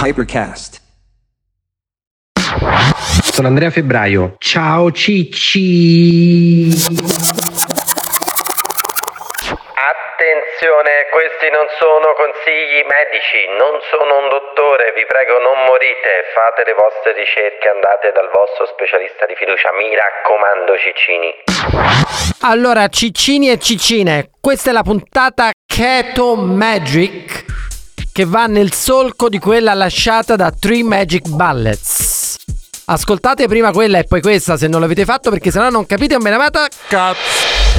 Hypercast. Sono Andrea Febbraio. Ciao Cicci. Attenzione, questi non sono consigli medici, non sono un dottore, vi prego non morite, fate le vostre ricerche, andate dal vostro specialista di fiducia, mi raccomando ciccini. Allora, ciccini e ciccine, questa è la puntata Keto Magic che va nel solco di quella lasciata da Three Magic Bullets. Ascoltate prima quella e poi questa se non l'avete fatto, perché sennò non capite un benamata cazzo.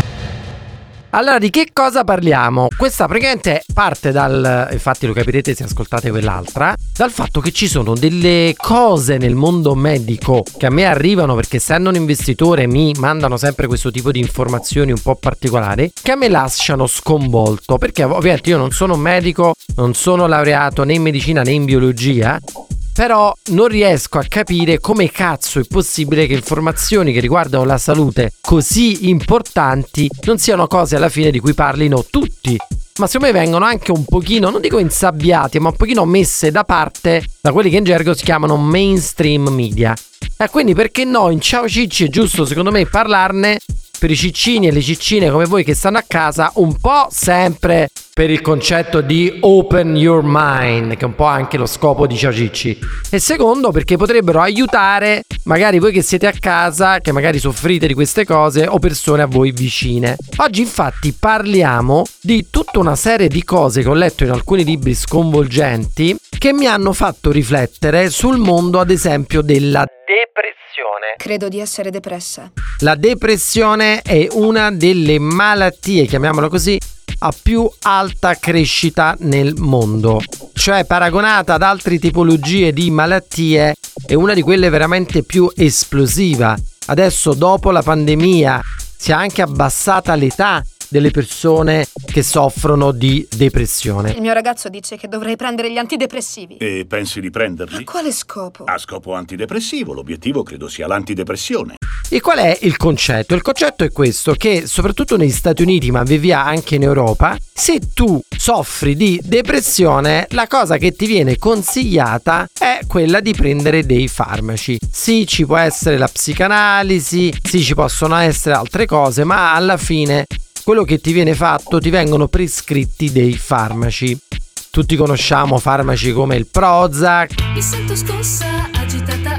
Allora, di che cosa parliamo? Questa praticamente parte dal, infatti lo capirete se ascoltate quell'altra, dal fatto che ci sono delle cose nel mondo medico che a me arrivano, perché essendo un investitore mi mandano sempre questo tipo di informazioni un po' particolari, che a me lasciano sconvolto, perché ovviamente io non sono un medico, non sono laureato né in medicina né in biologia, però non riesco a capire come cazzo è possibile che informazioni che riguardano la salute così importanti non siano cose alla fine di cui parlino tutti, ma secondo me vengono anche un pochino, non dico insabbiati, ma un pochino messe da parte da quelli che in gergo si chiamano mainstream media. E quindi perché no, in Ciao Cicci è giusto secondo me parlarne per i ciccini e le ciccine come voi che stanno a casa, un po' sempre per il concetto di open your mind, che è un po' anche lo scopo di Ciao Cicci, e secondo perché potrebbero aiutare magari voi che siete a casa, che magari soffrite di queste cose, o persone a voi vicine. Oggi infatti parliamo di tutta una serie di cose che ho letto in alcuni libri sconvolgenti che mi hanno fatto riflettere sul mondo, ad esempio, della depressione. Credo di essere depressa. La depressione è una delle malattie, chiamiamola così, a più alta crescita nel mondo, cioè paragonata ad altre tipologie di malattie è una di quelle veramente più esplosiva. Adesso dopo la pandemia si è anche abbassata l'età delle persone che soffrono di depressione. Il mio ragazzo dice che dovrei prendere gli antidepressivi. E pensi di prenderli? A quale scopo? A scopo antidepressivo, l'obiettivo credo sia l'antidepressione. E qual è il concetto? Il concetto è questo, che soprattutto negli Stati Uniti, ma via via anche in Europa, se tu soffri di depressione, la cosa che ti viene consigliata è quella di prendere dei farmaci. Sì, ci può essere la psicanalisi, sì, ci possono essere altre cose, ma alla fine quello che ti viene fatto, ti vengono prescritti dei farmaci. Tutti conosciamo farmaci come il Prozac. Mi sento scossa, agitata,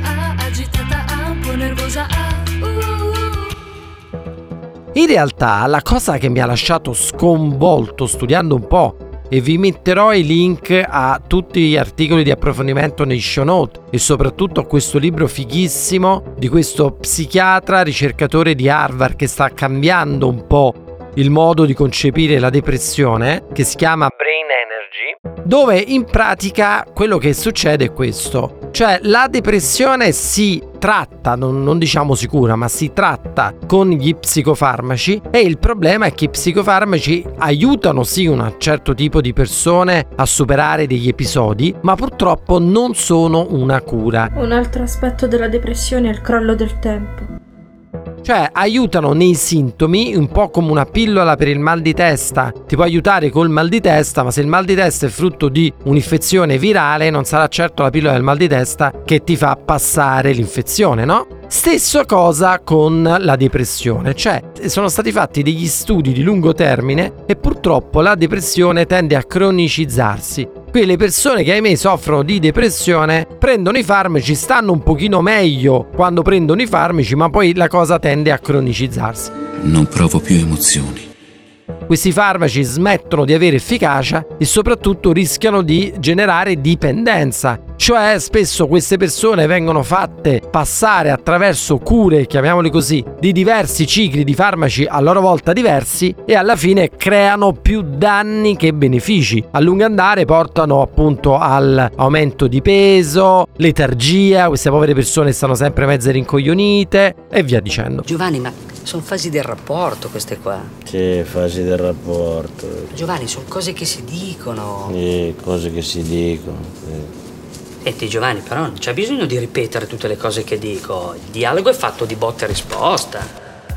un po' nervosa. In realtà la cosa che mi ha lasciato sconvolto studiando un po', e vi metterò i link a tutti gli articoli di approfondimento nei show note e soprattutto a questo libro fighissimo di questo psichiatra ricercatore di Harvard che sta cambiando un po' il modo di concepire la depressione, che si chiama Brain Energy, dove in pratica quello che succede è questo, cioè la depressione si tratta, non diciamo si cura, ma si tratta con gli psicofarmaci, e il problema è che i psicofarmaci aiutano sì un certo tipo di persone a superare degli episodi, ma purtroppo non sono una cura. Un altro aspetto della depressione è il crollo del tempo. Cioè aiutano nei sintomi, un po' come una pillola per il mal di testa ti può aiutare col mal di testa, ma se il mal di testa è frutto di un'infezione virale non sarà certo la pillola del mal di testa che ti fa passare l'infezione, no? Stesso cosa con la depressione, cioè sono stati fatti degli studi di lungo termine e purtroppo la depressione tende a cronicizzarsi. Qui le persone che ahimè soffrono di depressione prendono i farmaci, stanno un pochino meglio quando prendono i farmaci, ma poi la cosa tende a cronicizzarsi. Non provo più emozioni. Questi farmaci smettono di avere efficacia e soprattutto rischiano di generare dipendenza, cioè spesso queste persone vengono fatte passare attraverso cure, chiamiamoli così, di diversi cicli di farmaci a loro volta diversi e alla fine creano più danni che benefici. A lungo andare portano appunto all'aumento di peso, letargia, queste povere persone stanno sempre mezze rincoglionite e via dicendo. Giovanni, ma sono fasi del rapporto queste qua. Sì, fasi del rapporto. Giovanni, sono cose che si dicono. Sì, cose che si dicono, sì. E te Giovanni, però non c'è bisogno di ripetere tutte le cose che dico. Il dialogo è fatto di botta e risposta.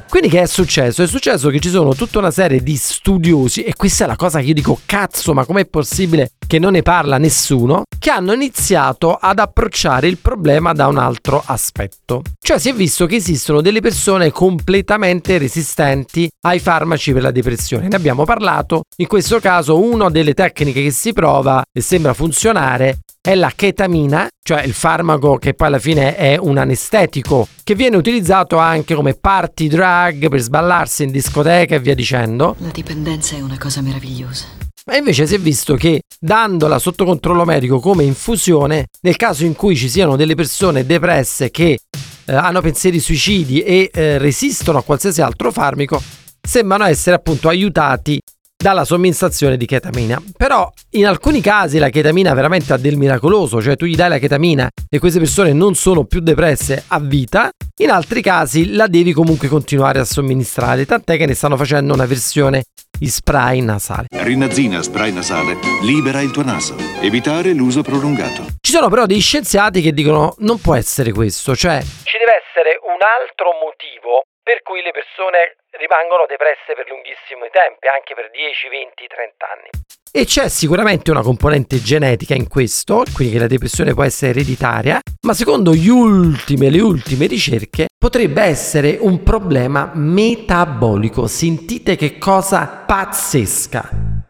Quindi che è successo? È successo che ci sono tutta una serie di studiosi, e questa è la cosa che io dico, cazzo, ma com'è possibile che non ne parla nessuno, che hanno iniziato ad approcciare il problema da un altro aspetto. Cioè si è visto che esistono delle persone completamente resistenti ai farmaci per la depressione. Ne abbiamo parlato. In questo caso una delle tecniche che si prova e sembra funzionare è la chetamina, cioè il farmaco che poi alla fine è un anestetico che viene utilizzato anche come party drug per sballarsi in discoteca e via dicendo. La dipendenza è una cosa meravigliosa. Ma invece si è visto che dandola sotto controllo medico come infusione, nel caso in cui ci siano delle persone depresse che hanno pensieri suicidi e resistono a qualsiasi altro farmaco, sembrano essere appunto aiutati dalla somministrazione di chetamina. Però in alcuni casi la chetamina veramente ha del miracoloso, cioè tu gli dai la chetamina e queste persone non sono più depresse a vita. In altri casi la devi comunque continuare a somministrare, tant'è che ne stanno facendo una versione in spray nasale. Rinazina spray nasale libera il tuo naso. Evitare l'uso prolungato. Ci sono però degli scienziati che dicono non può essere questo, cioè ci deve essere un altro motivo per cui le persone rimangono depresse per lunghissimi tempi, anche per 10, 20, 30 anni. E c'è sicuramente una componente genetica in questo, quindi che la depressione può essere ereditaria, ma secondo le ultime ricerche potrebbe essere un problema metabolico. Sentite che cosa pazzesca.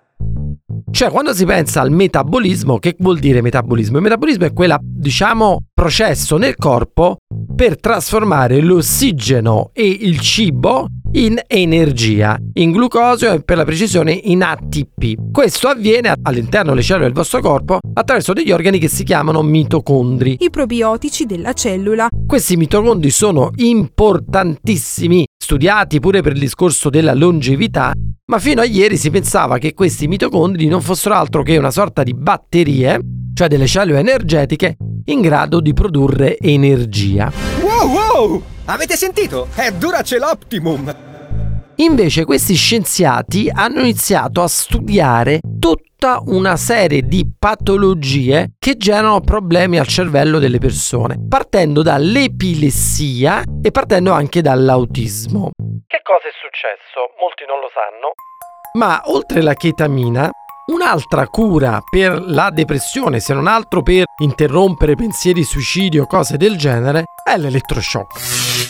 Cioè, quando si pensa al metabolismo, che vuol dire metabolismo? Il metabolismo è quel, processo nel corpo per trasformare l'ossigeno e il cibo in energia, in glucosio e per la precisione in ATP. Questo avviene all'interno delle cellule del vostro corpo attraverso degli organi che si chiamano mitocondri, i probiotici della cellula. Questi mitocondri sono importantissimi, studiati pure per il discorso della longevità, ma fino a ieri si pensava che questi mitocondri non fossero altro che una sorta di batterie, cioè delle cellule energetiche in grado di produrre energia. Wow! Avete sentito? È Duracell Optimum! Invece questi scienziati hanno iniziato a studiare tutta una serie di patologie che generano problemi al cervello delle persone, partendo dall'epilessia e partendo anche dall'autismo. Che cosa è successo? Molti non lo sanno. Ma oltre alla chetamina, un'altra cura per la depressione, se non altro per interrompere pensieri suicidi o cose del genere, è l'elettroshock.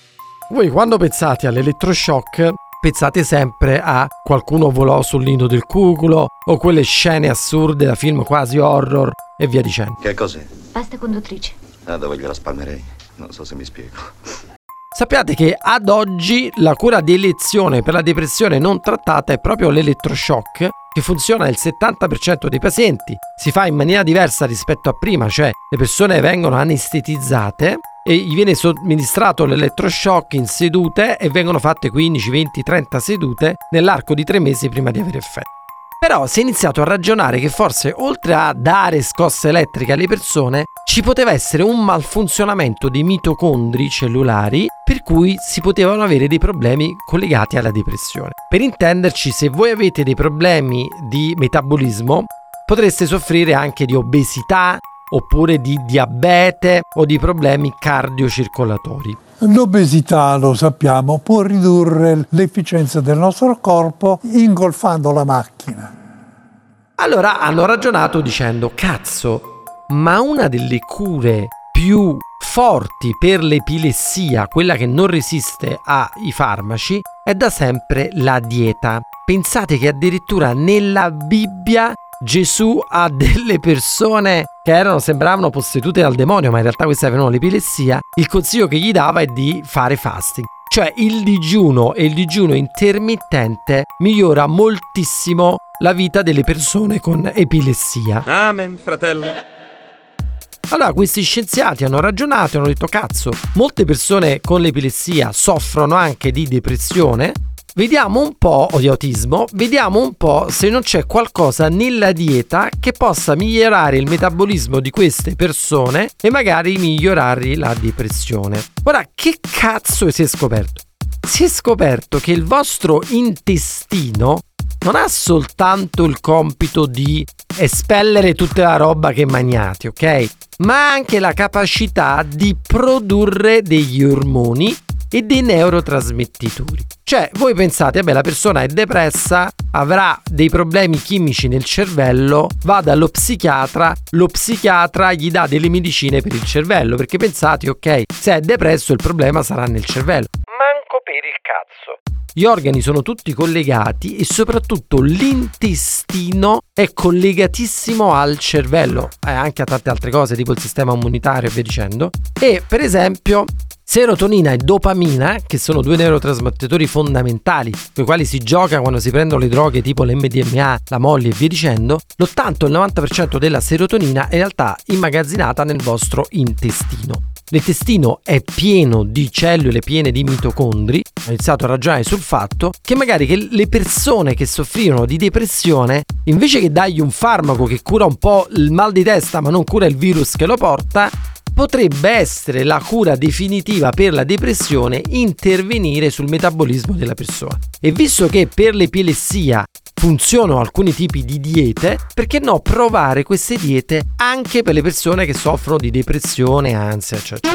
Voi quando pensate all'elettroshock pensate sempre a qualcuno volò sul nido del cuculo o quelle scene assurde da film quasi horror e via dicendo. Che cos'è? Pasta conduttrice. Ah, dove gliela spalmerei? Non so se mi spiego. Sappiate che ad oggi la cura di elezione per la depressione non trattata è proprio l'elettroshock, che funziona nel 70% dei pazienti. Si fa in maniera diversa rispetto a prima, cioè le persone vengono anestetizzate e gli viene somministrato l'elettroshock in sedute e vengono fatte 15, 20, 30 sedute nell'arco di 3 mesi prima di avere effetto. Però si è iniziato a ragionare che forse oltre a dare scosse elettriche alle persone ci poteva essere un malfunzionamento dei mitocondri cellulari per cui si potevano avere dei problemi collegati alla depressione. Per intenderci, se voi avete dei problemi di metabolismo potreste soffrire anche di obesità oppure di diabete o di problemi cardiocircolatori. L'obesità, lo sappiamo, può ridurre l'efficienza del nostro corpo ingolfando la macchina. Allora hanno ragionato dicendo, cazzo, ma una delle cure più forti per l'epilessia, quella che non resiste ai farmaci, è da sempre la dieta. Pensate che addirittura nella Bibbia Gesù a delle persone che sembravano possedute dal demonio, ma in realtà queste avevano l'epilessia, il consiglio che gli dava è di fare fasting. Cioè il digiuno e il digiuno intermittente migliora moltissimo la vita delle persone con epilessia. Amen, fratello. Allora questi scienziati hanno ragionato e hanno detto, cazzo, molte persone con l'epilessia soffrono anche di depressione. Vediamo un po', o di autismo, vediamo un po' se non c'è qualcosa nella dieta che possa migliorare il metabolismo di queste persone e magari migliorare la depressione. Ora, che cazzo si è scoperto? Si è scoperto che il vostro intestino non ha soltanto il compito di espellere tutta la roba che mangiate, ok? Ma ha anche la capacità di produrre degli ormoni e dei neurotrasmettitori. Cioè, voi pensate, la persona è depressa, avrà dei problemi chimici nel cervello, va dallo psichiatra, lo psichiatra gli dà delle medicine per il cervello, perché pensate, ok, se è depresso il problema sarà nel cervello. Manco per il cazzo. Gli organi sono tutti collegati e soprattutto l'intestino è collegatissimo al cervello, anche a tante altre cose tipo il sistema immunitario e via dicendo. E per esempio serotonina e dopamina, che sono due neurotrasmettitori fondamentali con i quali si gioca quando si prendono le droghe tipo l'MDMA, la Molly e via dicendo, l'80 o il 90% della serotonina è in realtà immagazzinata nel vostro intestino. L'intestino è pieno di cellule piene di mitocondri. Ho iniziato a ragionare sul fatto che magari che le persone che soffrirono di depressione, invece che dargli un farmaco che cura un po' il mal di testa ma non cura il virus che lo porta, potrebbe essere la cura definitiva per la depressione intervenire sul metabolismo della persona. E visto che per l'epilessia funzionano alcuni tipi di diete, perché no provare queste diete anche per le persone che soffrono di depressione, ansia, eccetera.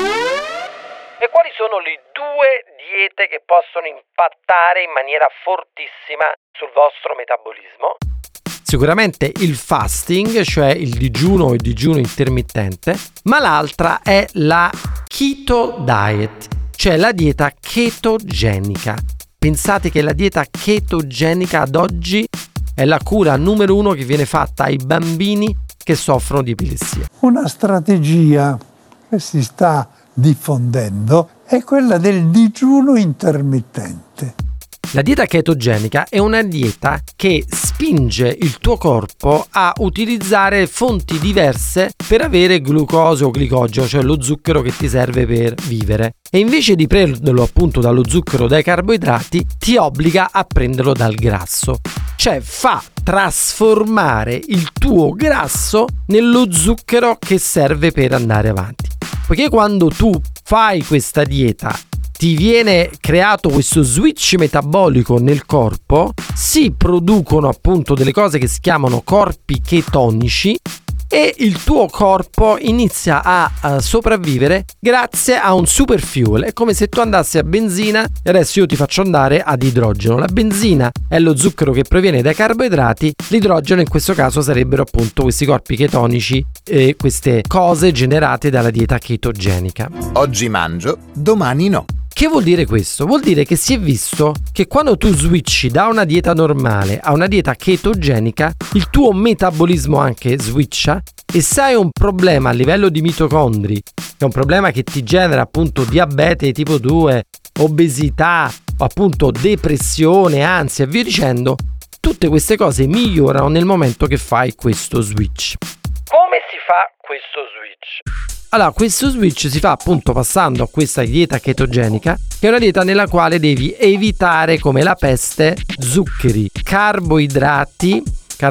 E quali sono le due diete che possono impattare in maniera fortissima sul vostro metabolismo? Sicuramente il fasting, cioè il digiuno o il digiuno intermittente, ma l'altra è la keto diet, cioè la dieta chetogenica. Pensate che la dieta chetogenica ad oggi è la cura numero 1 che viene fatta ai bambini che soffrono di epilessia. Una strategia che si sta diffondendo è quella del digiuno intermittente. La dieta chetogenica è una dieta che spinge il tuo corpo a utilizzare fonti diverse per avere glucosio o glicogeno, cioè lo zucchero che ti serve per vivere. E invece di prenderlo appunto dallo zucchero o dai carboidrati, ti obbliga a prenderlo dal grasso. Cioè fa trasformare il tuo grasso nello zucchero che serve per andare avanti. Poiché quando tu fai questa dieta ti viene creato questo switch metabolico nel corpo, si producono appunto delle cose che si chiamano corpi chetonici e il tuo corpo inizia a sopravvivere grazie a un super fuel. È come se tu andassi a benzina e adesso io ti faccio andare ad idrogeno. La benzina è lo zucchero che proviene dai carboidrati, l'idrogeno in questo caso sarebbero appunto questi corpi chetonici e queste cose generate dalla dieta chetogenica. Oggi mangio, domani no. Che vuol dire questo? Vuol dire che si è visto che quando tu switchi da una dieta normale a una dieta chetogenica, il tuo metabolismo anche switcha e se hai un problema a livello di mitocondri, che è un problema che ti genera appunto diabete tipo 2, obesità, appunto depressione, ansia e via dicendo, tutte queste cose migliorano nel momento che fai questo switch. Come si fa questo switch? Allora, questo switch si fa appunto passando a questa dieta chetogenica, che è una dieta nella quale devi evitare come la peste zuccheri, carboidrati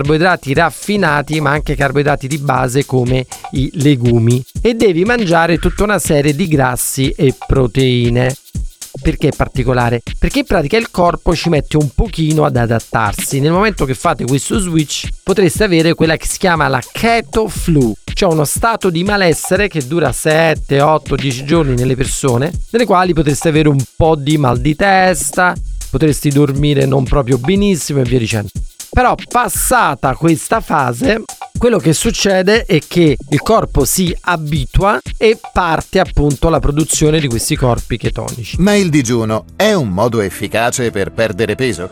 raffinati, ma anche carboidrati di base come i legumi, e devi mangiare tutta una serie di grassi e proteine. Perché è particolare? Perché in pratica il corpo ci mette un pochino ad adattarsi. Nel momento che fate questo switch potreste avere quella che si chiama la keto flu, cioè uno stato di malessere che dura 7, 8, 10 giorni nelle persone, nelle quali potreste avere un po' di mal di testa, potresti dormire non proprio benissimo e via dicendo. Però passata questa fase, quello che succede è che il corpo si abitua e parte appunto la produzione di questi corpi chetonici. Ma il digiuno è un modo efficace per perdere peso?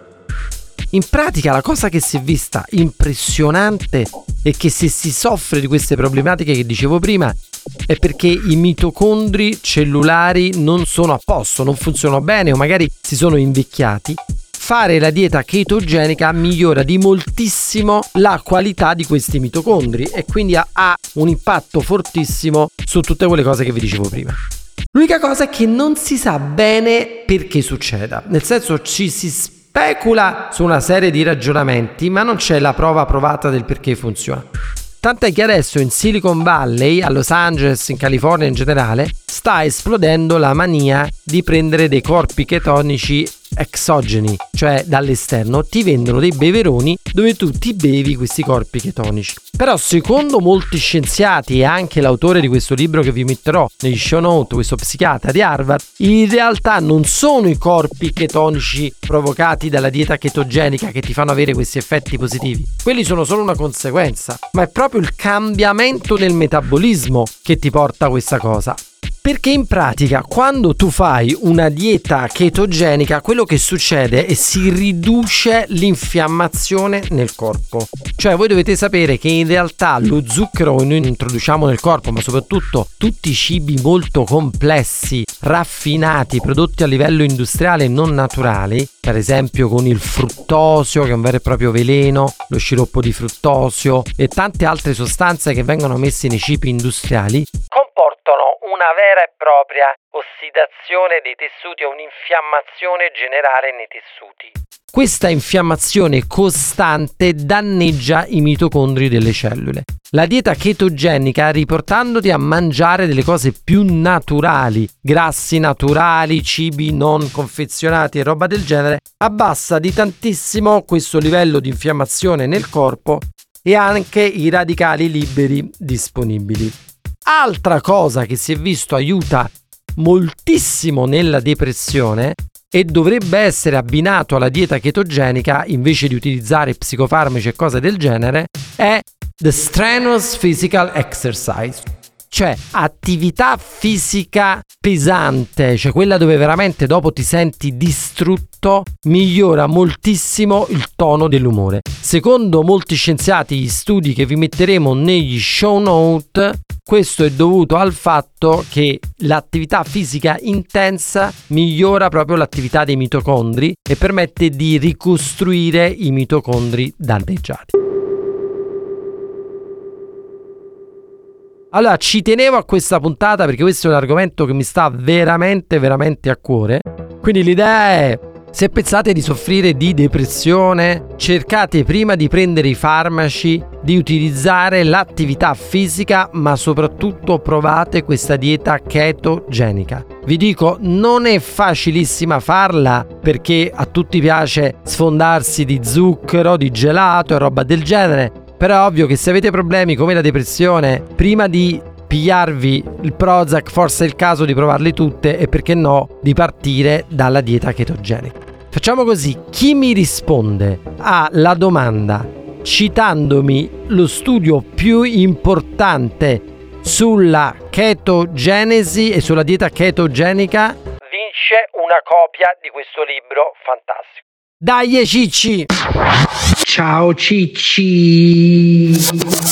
In pratica la cosa che si è vista impressionante è che se si soffre di queste problematiche che dicevo prima è perché i mitocondri cellulari non sono a posto, non funzionano bene o magari si sono invecchiati. Fare la dieta chetogenica migliora di moltissimo la qualità di questi mitocondri e quindi ha un impatto fortissimo su tutte quelle cose che vi dicevo prima. L'unica cosa è che non si sa bene perché succeda, nel senso ci si specula su una serie di ragionamenti, ma non c'è la prova provata del perché funziona. Tant'è che adesso in Silicon Valley, a Los Angeles, in California in generale, sta esplodendo la mania di prendere dei corpi chetonici exogeni, cioè dall'esterno, ti vendono dei beveroni dove tu ti bevi questi corpi chetonici. Però secondo molti scienziati e anche l'autore di questo libro che vi metterò negli show note, questo psichiatra di Harvard, in realtà non sono i corpi chetonici provocati dalla dieta chetogenica che ti fanno avere questi effetti positivi. Quelli sono solo una conseguenza, ma è proprio il cambiamento del metabolismo che ti porta a questa cosa. Perché in pratica quando tu fai una dieta chetogenica quello che succede è si riduce l'infiammazione nel corpo. Cioè voi dovete sapere che in realtà lo zucchero che noi introduciamo nel corpo, ma soprattutto tutti i cibi molto complessi, raffinati, prodotti a livello industriale e non naturali, per esempio con il fruttosio che è un vero e proprio veleno, lo sciroppo di fruttosio e tante altre sostanze che vengono messe nei cibi industriali, comportano una vera e propria ossidazione dei tessuti e un'infiammazione generale nei tessuti. Questa infiammazione costante danneggia i mitocondri delle cellule. La dieta chetogenica, riportandoti a mangiare delle cose più naturali, grassi naturali, cibi non confezionati e roba del genere, abbassa di tantissimo questo livello di infiammazione nel corpo e anche i radicali liberi disponibili. Altra cosa che si è visto aiuta moltissimo nella depressione e dovrebbe essere abbinato alla dieta chetogenica invece di utilizzare psicofarmaci e cose del genere è the strenuous physical exercise, cioè attività fisica pesante, cioè quella dove veramente dopo ti senti distrutto, migliora moltissimo il tono dell'umore. Secondo molti scienziati, gli studi che vi metteremo negli show note, questo è dovuto al fatto che l'attività fisica intensa migliora proprio l'attività dei mitocondri e permette di ricostruire i mitocondri danneggiati. Allora, ci tenevo a questa puntata perché questo è un argomento che mi sta veramente a cuore. Quindi l'idea è: se pensate di soffrire di depressione, cercate prima di prendere i farmaci, di utilizzare l'attività fisica, ma soprattutto provate questa dieta chetogenica. Vi dico, non è facilissima farla perché a tutti piace sfondarsi di zucchero, di gelato e roba del genere, però è ovvio che se avete problemi come la depressione, prima di pigliarvi il Prozac forse è il caso di provarle tutte e perché no di partire dalla dieta chetogenica. Facciamo così: chi mi risponde alla domanda citandomi lo studio più importante sulla chetogenesi e sulla dieta chetogenica vince una copia di questo libro fantastico. Dai Cicci! Ciao Cicci!